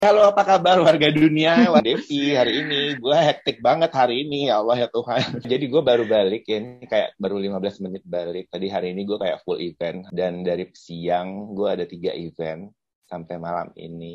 Halo, apa kabar warga dunia? Wah, Devi, hari ini gue hektik banget hari ini, ya Allah ya Tuhan. Jadi gue baru balik ya, ini kayak baru 15 menit balik. Tadi hari ini gue kayak full event, dan dari siang gue ada 3 event sampai malam ini.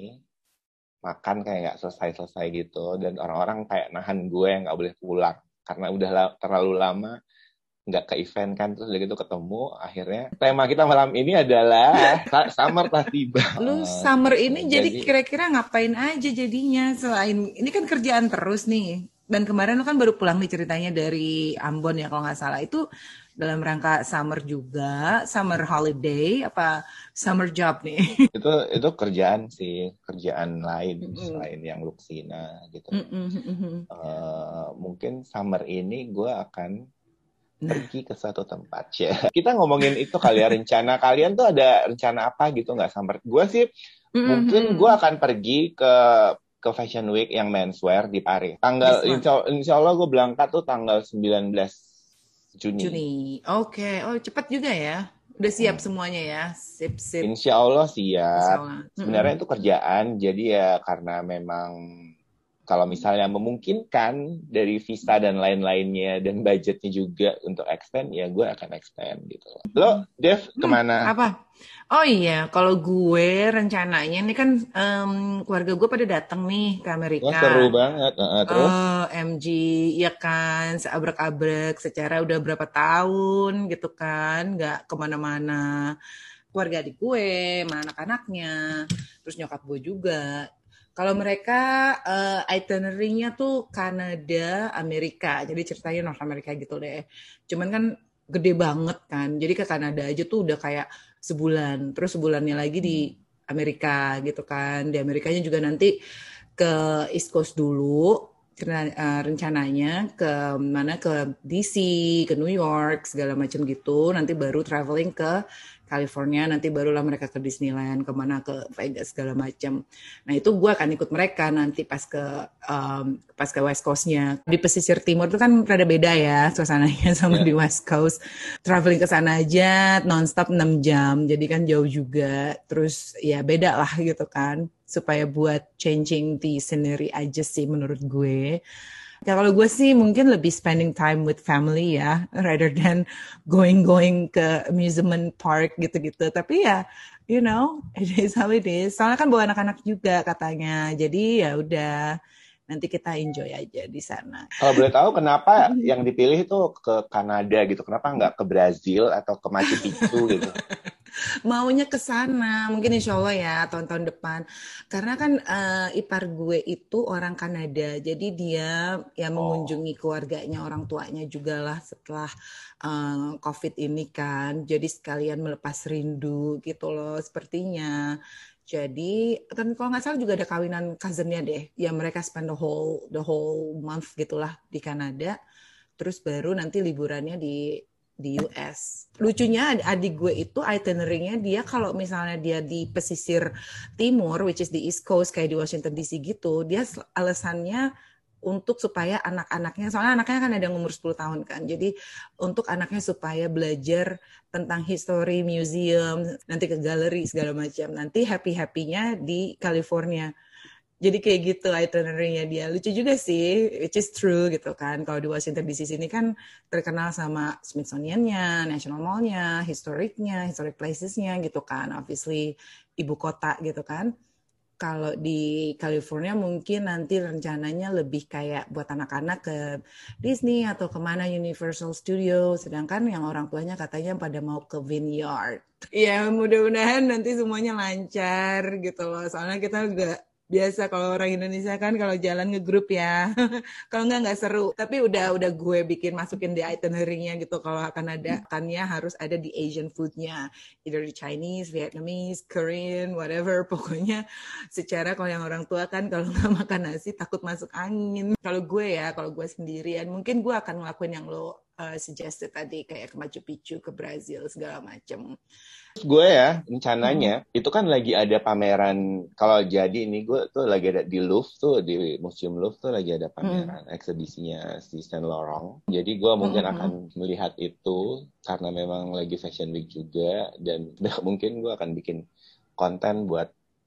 Makan kayak nggak selesai-selesai gitu, dan orang-orang kayak nahan gue yang nggak boleh pulang. Karena udah terlalu lama nggak ke event kan, terus udah gitu ketemu. Akhirnya tema kita malam ini adalah summer telah tiba. Lu summer Gitu. ini jadi Jadi kira-kira ngapain aja jadinya selain ini kan kerjaan terus nih. Dan kemarin lu kan baru pulang nih ceritanya dari Ambon ya kalau nggak salah. Itu dalam rangka summer juga, summer holiday apa summer job nih? itu kerjaan sih, kerjaan lain Mm-mm. selain yang Luxina gitu. Mm-mm, mm-mm. Mungkin summer ini gue akan Nah, pergi ke suatu tempat ya. Kita ngomongin itu kali ya, rencana kalian tuh ada rencana apa gitu nggak summer? Gue sih mm-mm, mungkin gue mm-mm. akan pergi ke Fashion Week yang menswear di Paris. Tanggal This month, insya Allah gue berangkat tuh tanggal 19 Juni. Juni. Oke, oh cepat juga ya. Udah siap Mm. semuanya ya. Sip, sip. Insya Allah Insya siap. Allah. Sebenarnya Mm-mm. itu kerjaan, jadi ya karena memang kalau misalnya memungkinkan dari visa dan lain-lainnya dan budgetnya juga untuk extend, ya gue akan extend gitu. Lo, Dev, kemana? Apa? Oh iya, kalau gue rencananya ini kan keluarga gue pada datang nih ke Wah, seru Amerika. banget. Terus, MG, ya kan, seabrek-abrek secara udah berapa tahun gitu kan, nggak kemana-mana. Keluarga adik gue, sama anak-anaknya, terus nyokap gue juga. Kalau mereka itinerary-nya tuh Kanada, Amerika, jadi ceritanya North America gitu deh. Cuman kan gede banget kan, jadi ke Kanada aja tuh udah kayak sebulan, terus sebulannya lagi di Amerika gitu kan. Di Amerikanya juga nanti ke East Coast dulu, rencananya ke mana ke DC, ke New York segala macam gitu. Nanti baru traveling ke California, nanti barulah mereka ke Disneyland, kemana ke Vegas segala macam. Nah itu gue akan ikut mereka nanti pas ke West Coastnya. Di pesisir timur itu kan rada beda ya suasananya sama di ya, West Coast. Traveling ke sana aja nonstop 6 jam, jadi kan jauh juga. Terus ya beda lah gitu kan supaya buat changing the scenery aja sih menurut gue. Ya kalau gue sih mungkin lebih spending time with family ya, rather than going ke amusement park gitu-gitu. Tapi ya, you know, it is how it is. Soalnya kan bawa anak-anak juga katanya. Jadi ya udah, nanti kita enjoy aja di sana. kalau boleh tahu kenapa yang dipilih itu ke Kanada gitu? Kenapa nggak ke Brazil atau ke Machu Picchu gitu? Maunya ke sana, mungkin insya Allah ya tahun-tahun depan. Karena kan ipar gue itu orang Kanada, jadi dia ya Oh, mengunjungi keluarganya, orang tuanya juga lah setelah COVID ini kan. Jadi sekalian melepas rindu gitu loh sepertinya. Jadi kan kalau nggak salah juga ada kawinan cousinnya deh, ya mereka spend the whole month gitulah di Kanada. Terus baru nanti liburannya di US. Lucunya adik gue itu itinerary-nya dia kalau misalnya dia di pesisir timur, which is di East Coast kayak di Washington DC gitu, dia alasannya untuk supaya anak-anaknya, soalnya anaknya kan ada yang umur 10 tahun kan, jadi untuk anaknya supaya belajar tentang history, museum, nanti ke galeri segala macam, nanti happy-happy-nya di California. Jadi kayak gitu itinerary-nya dia. Lucu juga sih, which is true gitu kan. Kalau di Washington DC sini kan terkenal sama Smithsonian-nya, National Mall-nya, historic places-nya gitu kan. Obviously ibu kota gitu kan. Kalau di California mungkin nanti rencananya lebih kayak buat anak-anak ke Disney atau kemana Universal Studios. Sedangkan yang orang tuanya katanya pada mau ke Vineyard. Ya mudah-mudahan nanti semuanya lancar gitu loh. Soalnya kita juga biasa kalau orang Indonesia kan kalau jalan ngegrup ya. Kalau nggak seru. Tapi udah gue bikin masukin di itinerary-nya gitu. Kalau akan ada kannya harus ada di Asian food-nya. Either di Chinese, Vietnamese, Korean, whatever. Pokoknya secara kalau yang orang tua kan kalau nggak makan nasi takut masuk angin. Kalau gue ya, kalau gue sendirian mungkin gue akan ngelakuin yang lo suggested tadi kayak ke Machu Picchu, ke Brazil segala macem. terus gue ya rencananya Mm-mm. itu kan lagi ada pameran. Kalau jadi ini gue tuh lagi ada di Louvre tuh, di Museum Louvre tuh lagi ada Mm-mm. pameran eksibisinya si Saint Laurent. Jadi gue mungkin akan Mm-mm. melihat itu karena memang lagi Fashion Week juga, dan mungkin gue akan bikin konten buat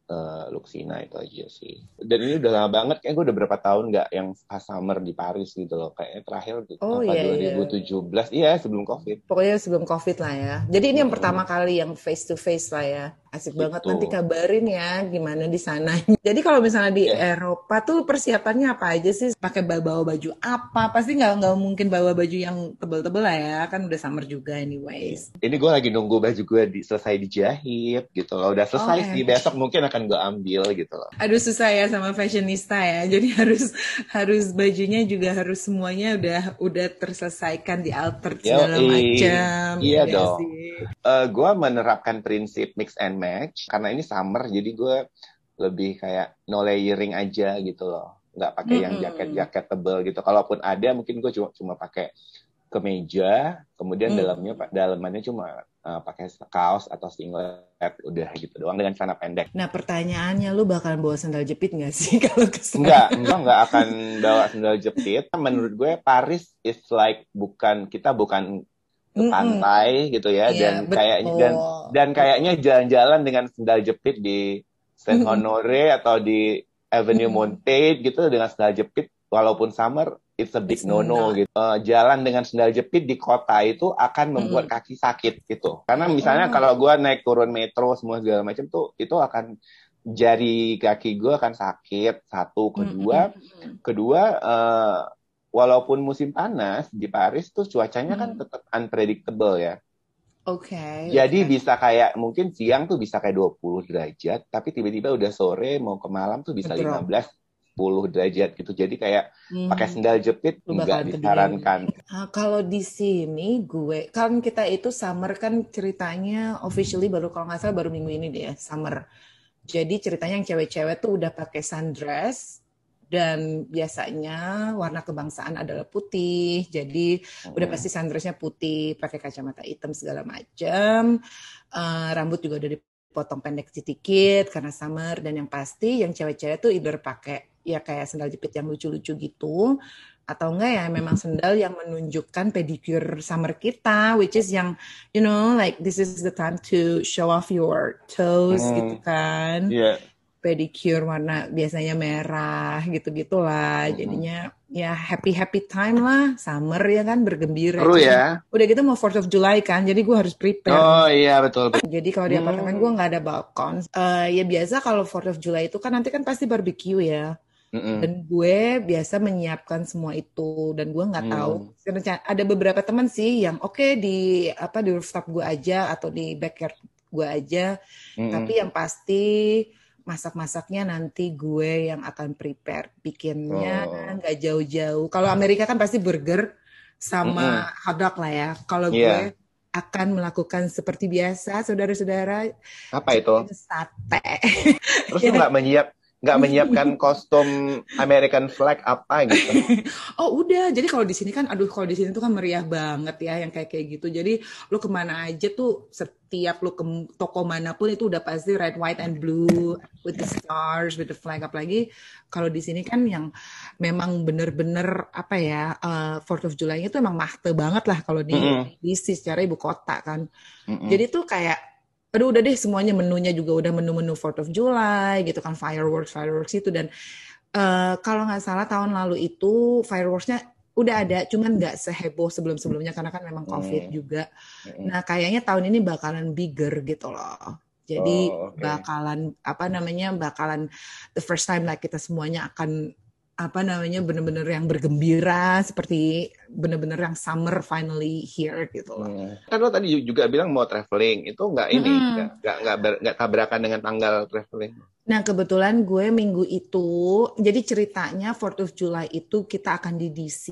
Luxina itu aja sih. Dan ini udah lama banget, kayak gue udah berapa tahun nggak yang pas summer di Paris gitu loh. Kayaknya terakhir Oh apa iya iya. 2017, iya sebelum COVID. Pokoknya sebelum COVID lah ya. Jadi ini yang pertama Mm-mm, kali yang face to face lah ya. Asik banget. Nanti gitu. kabarin ya gimana di sana. Jadi kalau misalnya di Ya, Eropa tuh persiapannya apa aja sih? Pakai bawa baju apa? Pasti nggak mungkin bawa baju yang tebel-tebel lah ya. Kan udah summer juga iya. anyways. Ini gue lagi nunggu baju gue selesai dijahit gitu loh. Udah Oh selesai sih, enak. besok mungkin akan gue ambil gitu loh. Aduh susah ya sama fashionista ya. Jadi harus harus bajunya juga harus semuanya udah terselesaikan di alter Yo, segala macam ya iya gak dong. sih? Gue menerapkan prinsip mix and match karena ini summer, jadi gue lebih kayak no layering aja gitu loh, nggak pakai yang Mm-mm. jaket-jaket tebel gitu. Kalaupun ada, mungkin gue cuma pakai kemeja, kemudian Mm. dalamannya cuma pakai kaos atau singlet, udah gitu doang dengan celana pendek. Nah pertanyaannya lu bakalan bawa sandal jepit gak sih kalau ke sana? Enggak akan bawa sandal jepit. Menurut gue Paris is like kita bukan ke Mm-mm. pantai gitu ya, Iya dan kayaknya betul dan betul. kayaknya jalan-jalan dengan sandal jepit di Saint Mm-mm. Honore atau di Avenue Mm-mm. Montaigne gitu dengan sandal jepit walaupun summer, it's a big It's no-no not. gitu. Jalan dengan sandal jepit di kota itu akan membuat Mm-mm. kaki sakit gitu. Karena misalnya Oh. kalau gue naik turun metro semua segala macam tuh itu akan jari kaki gue akan sakit. Satu, kedua, Mm-mm. kedua walaupun musim panas di Paris tuh cuacanya kan Mm. tetap unpredictable ya. Oke, Jadi oke. bisa kayak mungkin siang tuh bisa kayak 20 derajat, tapi tiba-tiba udah sore mau ke malam tuh bisa Ngedrop. 15 10 derajat gitu. Jadi kayak pakai Hmm, sendal jepit lu nggak bakalan kedinginan. disarankan. Kalau di sini gue, kan kita itu summer kan ceritanya officially baru kalau nggak salah baru minggu ini deh ya, summer. Jadi ceritanya yang cewek-cewek tuh udah pakai sundress dan biasanya warna kebangsaan adalah putih. Jadi udah Mm-mm. pasti sundressnya putih, pakai kacamata hitam segala macam. Rambut juga udah dipotong pendek sedikit karena summer dan yang pasti yang cewek-cewek tuh either pakai ya kayak sandal jepit yang lucu-lucu gitu atau enggak ya memang sandal yang menunjukkan pedicure summer kita which is yang like this is the time to show off your toes gitu Hmm, kan, iya. pedicure warna biasanya merah gitu-gitulah Mm-mm. jadinya ya happy happy time lah summer ya kan bergembira Seru terus ya. udah gitu mau 4th of July kan jadi gue harus prepare Oh nih. iya betul betul. Jadi kalau di apartemen gue Hmm. nggak ada balkon. Ya biasa kalau 4th of July itu kan nanti kan pasti barbecue ya. Mm-mm. Dan gue biasa menyiapkan semua itu dan gue nggak tahu. Hmm. Ada beberapa teman sih yang oke di rooftop gue aja atau di backyard gue aja. Mm-mm. Tapi yang pasti masak-masaknya nanti gue yang akan prepare. Bikinnya Oh. nggak jauh-jauh. Kalau Amerika kan pasti burger sama Mm-mm. hotdog lah ya. Kalau gue Iya. akan melakukan seperti biasa, saudara-saudara, Apa itu? chicken sate. Terus lu Ya. nggak menyiapkan kostum American flag apa gitu? Oh udah, jadi kalau di sini kan, aduh kalau di sini tuh kan meriah banget ya yang kayak gitu. Jadi lu kemana aja tuh, setiap lu ke toko manapun itu udah pasti red, white, and blue with the stars, with the flag. Apalagi kalau di sini kan yang memang bener-bener apa ya, 4th of July itu emang mahte banget lah kalau di Mm-mm. DC secara ibu kota kan. Mm-mm. Jadi tuh kayak aduh udah deh semuanya menunya juga udah menu-menu 4th of July gitu kan fireworks itu dan kalau nggak salah tahun lalu itu fireworksnya udah ada cuman nggak seheboh sebelum-sebelumnya karena kan memang COVID Mm. juga. Mm-mm. Nah kayaknya tahun ini bakalan bigger gitu loh. Jadi Oh, oke. bakalan apa namanya bakalan the first time lah kita semuanya akan apa namanya bener-bener yang bergembira seperti bener-bener yang summer finally here gitu loh. Kan lo tadi juga bilang mau traveling, itu nggak ini, Mm-mm. nggak tabrakan dengan tanggal traveling. Nah, kebetulan gue minggu itu, jadi ceritanya 4th of July itu kita akan di DC.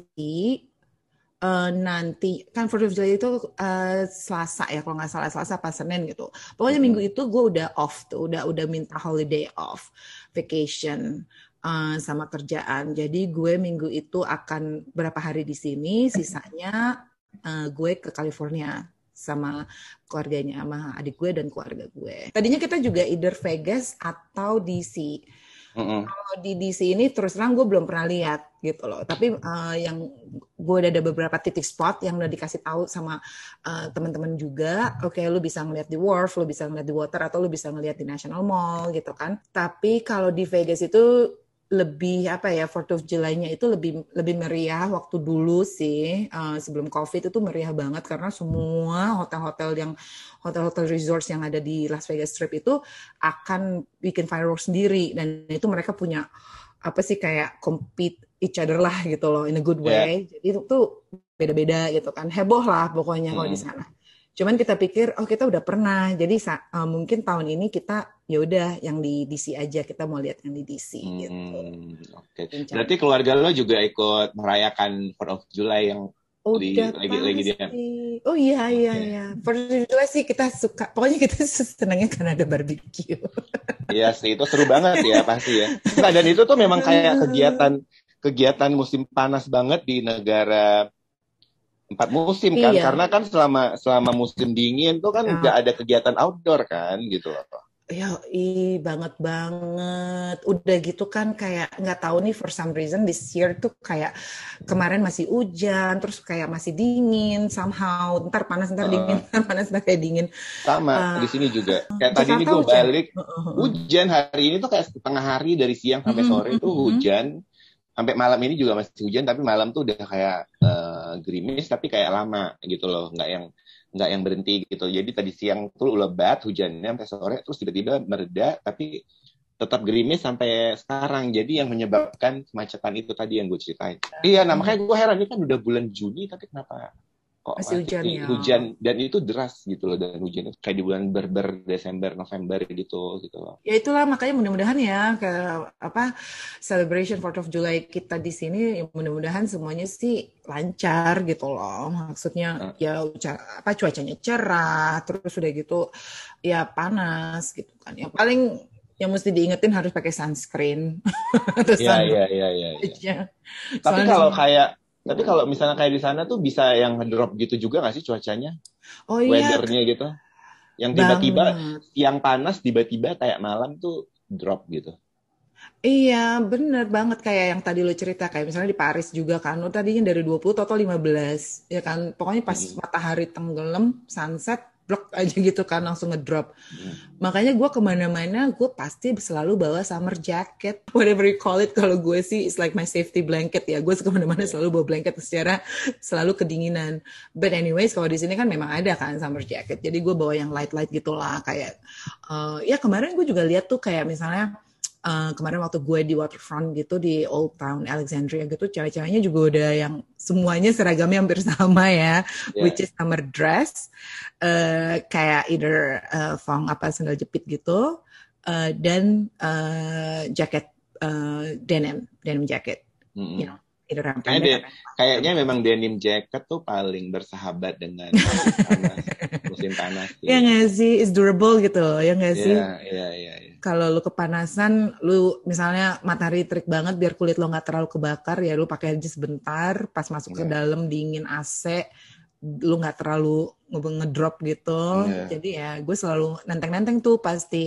Nanti, kan 4th of July itu Selasa ya, kalau nggak salah Selasa apa Senin gitu. Pokoknya minggu Mm-mm. itu gue udah off tuh, udah minta holiday off, vacation sama kerjaan. Jadi gue minggu itu akan berapa hari di sini, sisanya gue ke California sama keluarganya, sama adik gue dan keluarga gue. Tadinya kita juga either Vegas atau DC. Kalau di DC ini terus terang gue belum pernah lihat gitu loh. Tapi yang gue udah ada beberapa titik spot yang udah dikasih tahu sama teman-teman juga. Oke, lu bisa ngeliat di Wharf, lu bisa ngeliat di Water, atau lu bisa ngeliat di National Mall gitu kan. Tapi kalau di Vegas itu lebih apa ya, 4th of July-nya itu lebih meriah waktu dulu sih, sebelum COVID itu meriah banget karena semua hotel-hotel resorts yang ada di Las Vegas Strip itu akan bikin fireworks sendiri, dan itu mereka punya apa sih, kayak compete each other lah gitu loh, in a good way. Jadi itu beda-beda gitu kan, heboh lah pokoknya kalau di sana. Cuman kita pikir, kita udah pernah, jadi mungkin tahun ini kita ya udah yang di DC aja, kita mau lihat yang di DC gitu. Oke. Berarti keluarga lo juga ikut merayakan 4th of July yang lagi dia. Oh iya. 4th of July sih kita suka, pokoknya kita senangnya karena ada barbecue. Iya sih, itu seru banget ya pasti ya. Nah, dan itu tuh memang kayak kegiatan musim panas banget di negara 4 musim kan, karena kan selama musim dingin tuh kan nggak ada kegiatan outdoor kan gitu loh. Ya, banget. Udah gitu kan kayak nggak tahu nih, for some reason this year tuh kayak kemarin masih hujan, terus kayak masih dingin somehow. Ntar panas, ntar dingin, ntar panas, ntar kayak dingin. Sama di sini juga. Kayak tadi ini gue balik hujan, hari ini tuh kayak setengah hari dari siang sampai sore itu hujan. Sampai malam ini juga masih hujan, tapi malam tuh udah kayak gerimis, tapi kayak lama gitu loh, nggak yang berhenti gitu. Jadi tadi siang tuh lebat hujannya sampai sore, terus tiba-tiba mereda, tapi tetap gerimis sampai sekarang. Jadi yang menyebabkan kemacetan itu tadi yang gue ceritain. Iya, makanya gue heran, ini kan udah bulan Juni, tapi kenapa kok masih hujan, dan itu deras gitu loh, dan hujan itu kayak di bulan Desember, November gitu loh. Ya itulah, makanya mudah-mudahan ya celebration 4th of July kita di sini, mudah-mudahan semuanya sih lancar gitu loh. Maksudnya ya cuacanya cerah, terus udah gitu ya panas gitu kan. Yang paling yang mesti diingetin harus pakai sunscreen. Iya. Tapi kalau misalnya kayak di sana tuh bisa yang drop gitu juga nggak sih cuacanya? Weathernya gitu. Yang tiba-tiba siang panas, tiba-tiba kayak malam tuh drop gitu. Iya, bener banget kayak yang tadi lo cerita, kayak misalnya di Paris juga kan, lo tadinya dari 20 total 15, ya kan? Pokoknya pas matahari tenggelam, sunset, blok aja gitu kan, langsung ngedrop. Makanya gue kemana-mana, gue pasti selalu bawa summer jacket, whatever you call it. Kalau gue sih, it's like my safety blanket ya. Gue kemana-mana selalu bawa blanket secara selalu kedinginan. But anyways, kalau di sini kan memang ada kan summer jacket. Jadi gue bawa yang light-light gitulah, kayak ya kemarin gue juga lihat tuh kayak misalnya kemarin waktu gue di waterfront gitu di Old Town Alexandria gitu, cewek-ceweknya juga udah yang semuanya seragamnya hampir sama ya, which is summer dress, kayak either thong sandal jepit gitu, dan jaket denim jacket, you know. Kayaknya memang denim jacket tuh paling bersahabat dengan musim panas. Ya nggak sih, is durable gitu, ya nggak sih? Iya. Kalau lu kepanasan, lu misalnya matahari terik banget, biar kulit lo nggak terlalu kebakar, ya lu pakai aja sebentar, pas masuk ke dalam dingin AC, lu nggak terlalu ngedrop gitu. Jadi ya gue selalu nenteng-nenteng tuh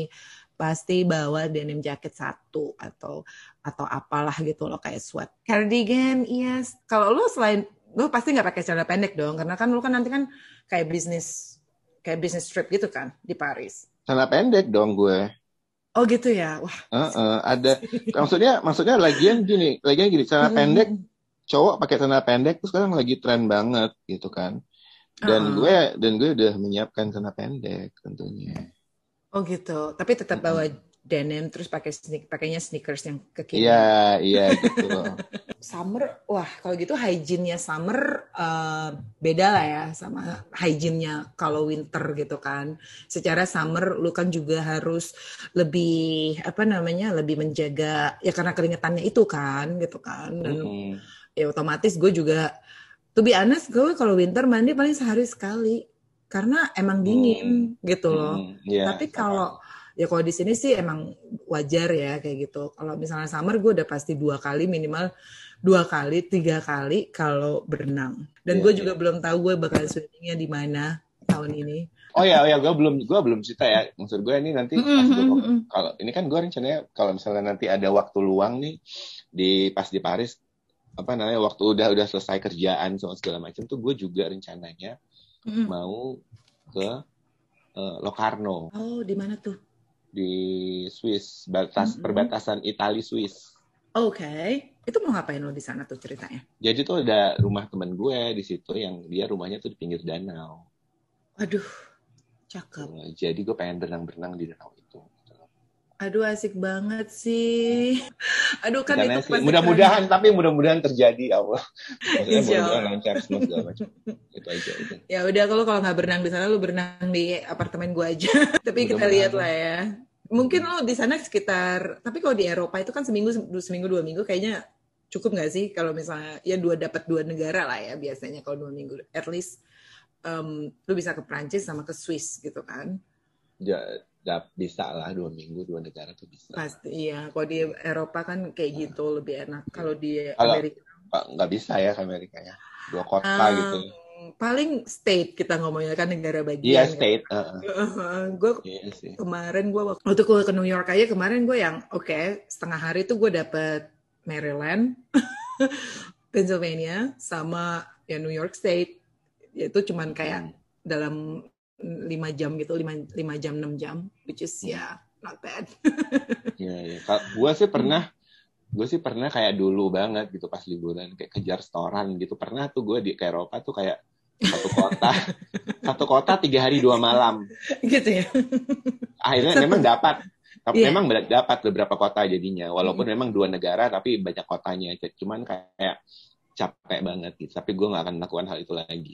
pasti bawa denim jacket satu atau apalah gitu loh, kayak sweat cardigan. Yes, kalau lu pasti nggak pakai celana pendek dong, karena kan lu kan nanti kan kayak business trip gitu kan di Paris. Celana pendek dong gue. Oh gitu ya, wah. Ada, maksudnya lagian gini, celana pendek, cowok pakai celana pendek tuh sekarang lagi tren banget gitu kan. Dan gue udah menyiapkan celana pendek tentunya. Oh gitu, tapi tetap bawa denim, terus pakainya sneakers yang kekinian. Iya gitu. Summer, wah kalau gitu hygiene-nya summer beda lah ya sama hygiene-nya kalau winter gitu kan. Secara summer lu kan juga harus lebih lebih menjaga ya, karena keringetannya itu kan gitu kan. Dan ya otomatis gue juga, to be honest, gue kalau winter mandi paling sehari sekali karena emang dingin gitu loh. Tapi kalau di sini sih emang wajar ya kayak gitu. Kalau misalnya summer gue udah pasti 2 kali, minimal 2 kali, 3 kali kalau berenang. Dan gue juga belum tahu gue bakal swimmingnya di mana. tahun ini. Oh ya, gue belum cerita ya. Maksud gue ini nanti pas gue kalau ini kan gue rencananya kalau misalnya nanti ada waktu luang nih pas di Paris, apa namanya, waktu udah selesai kerjaan sama segala macam tuh, gue juga rencananya mau ke Locarno. Oh, di mana tuh? Di Swiss, perbatasan Itali Swiss. Oke. Itu mau ngapain lo di sana tuh ceritanya? Jadi tuh ada rumah teman gue di situ yang dia rumahnya tuh di pinggir danau. Aduh, cakep. Jadi gue pengen berenang-berenang di danau itu. Aduh, asik banget sih. Aduh, kan Karena itu pasti mudah-mudahan terjadi, Allah. Maksudnya mudah-mudahan lancar semua segala macam. Itu aja. Itu. Ya udah, kalau nggak berenang di sana, lu berenang di apartemen gue aja. Tapi kita lihat lah ya. Mungkin lo di sana sekitar, tapi kalau di Eropa itu kan seminggu 2 minggu kayaknya cukup nggak sih? Kalau misalnya ya dapat 2 negara lah ya biasanya kalau 2 minggu. At least lu bisa ke Prancis sama ke Swiss gitu kan? Ya, bisa lah 2 minggu 2 negara tuh bisa. Pasti iya. Kalau di Eropa kan kayak gitu lebih enak. Kalau di Amerika nggak bisa ya ke Amerika ya. 2 kota gitu. Paling state kita ngomongnya kan negara bagian. Iya, state. Gue kemarin waktu gue ke New York aja kemarin gue yang setengah hari tuh gue dapet Maryland, Pennsylvania sama ya New York State. Itu cuman kayak dalam 5 jam gitu, 5 jam 6 jam, which is not bad. Iya. Gue sih pernah kayak dulu banget gitu pas liburan kayak kejar setoran gitu. Pernah tuh gue ke Eropa tuh kayak satu kota 3 hari 2 malam gitu ya. Akhirnya memang dapat, tapi memang dapat beberapa kota jadinya, walaupun memang 2 negara tapi banyak kotanya. Cuman kayak capek banget gitu. Tapi gue nggak akan melakukan hal itu lagi.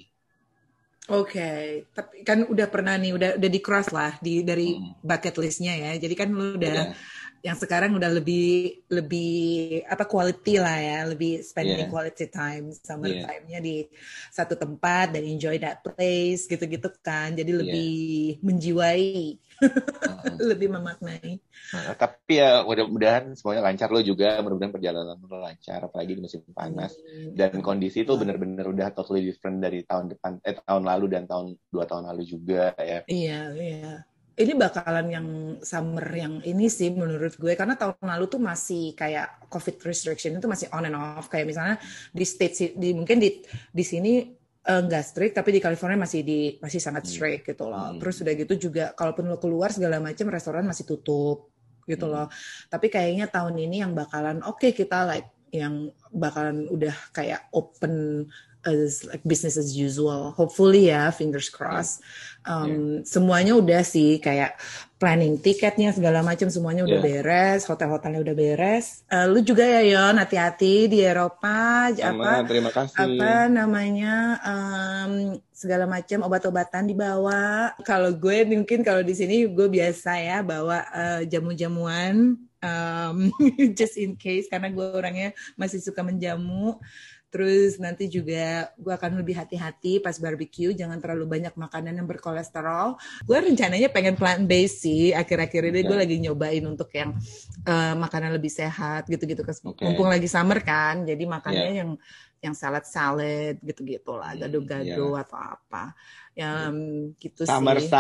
Tapi kan udah pernah nih, udah di cross lah dari bucket listnya ya. Jadi kan lu udah yang sekarang udah lebih quality lah ya, lebih spending quality time, summer time-nya di satu tempat dan enjoy that place gitu-gitu kan. Jadi lebih menjiwai, lebih memaknai. Tapi ya mudah-mudahan semuanya lancar, lo juga mudah-mudahan perjalanan lo lancar, apalagi di musim panas. Dan kondisi itu benar-benar udah totally different dari tahun lalu dan 2 tahun lalu juga ya. Iya. Ini bakalan yang summer yang ini sih menurut gue, karena tahun lalu tuh masih kayak COVID restriction itu masih on and off, kayak misalnya di state mungkin di sini nggak strict, tapi di California masih sangat strict gitu loh. Terus udah gitu juga kalaupun lo keluar segala macam restoran masih tutup gitu loh. Tapi kayaknya tahun ini yang bakalan kita yang bakalan udah kayak open as like business as usual. Hopefully ya, fingers crossed. Semuanya udah sih kayak planning tiketnya segala macam semuanya udah beres, hotel-hotelnya udah beres. Lu juga ya Yon, hati-hati di Eropa. Terima kasih. Apa namanya segala macam obat-obatan dibawa. Kalau gue mungkin kalau di sini gue biasa ya bawa jamu-jamuan just in case karena gue orangnya masih suka menjamu. Terus nanti juga gue akan lebih hati-hati pas barbecue, jangan terlalu banyak makanan yang berkolesterol. Gue rencananya pengen plant-based sih, akhir-akhir ini gue lagi nyobain untuk yang makanan lebih sehat gitu-gitu. Mumpung lagi summer kan, jadi makannya yang salad gitu-gitu lah, gado-gado atau apa. Gitu summer sih.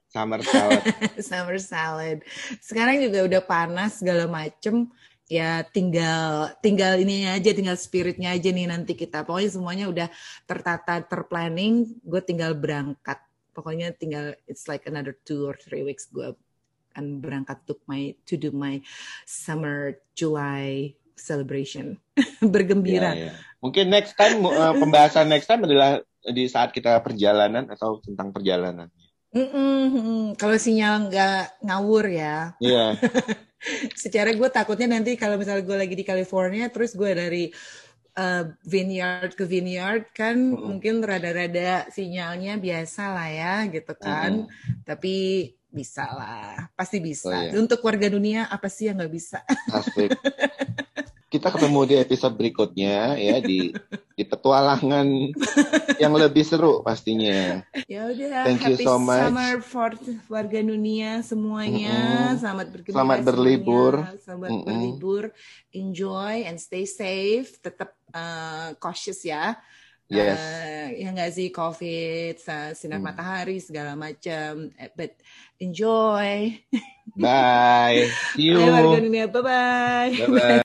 Summer salad. Sekarang juga udah panas segala macem. Ya tinggal ini aja, tinggal spiritnya aja nih nanti kita. Pokoknya semuanya udah tertata, terplanning. Gue tinggal berangkat. Pokoknya it's like another 2 or 3 weeks gue akan berangkat to do my summer July celebration. Bergembira. Ya. Mungkin next time pembahasan next time adalah di saat kita perjalanan atau tentang perjalanan. Kalau sinyal nggak ngawur ya. Iya. Secara gue takutnya nanti kalau misalnya gue lagi di California terus gue dari vineyard ke vineyard kan mungkin rada-rada sinyalnya biasa lah ya gitu kan. Tapi bisa lah, pasti bisa. Untuk warga dunia apa sih yang nggak bisa? Asik. Kita ketemu di episode berikutnya ya di petualangan yang lebih seru pastinya. Ya udah, thank you so much. Summer for warga dunia semuanya. Selamat berlibur. Selamat berlibur. Enjoy and stay safe. Tetap cautious ya. Yes. Ya nggak sih, COVID, sinar matahari segala macam. But enjoy. Bye. See Bye warga you. dunia. Bye bye. Bye-bye.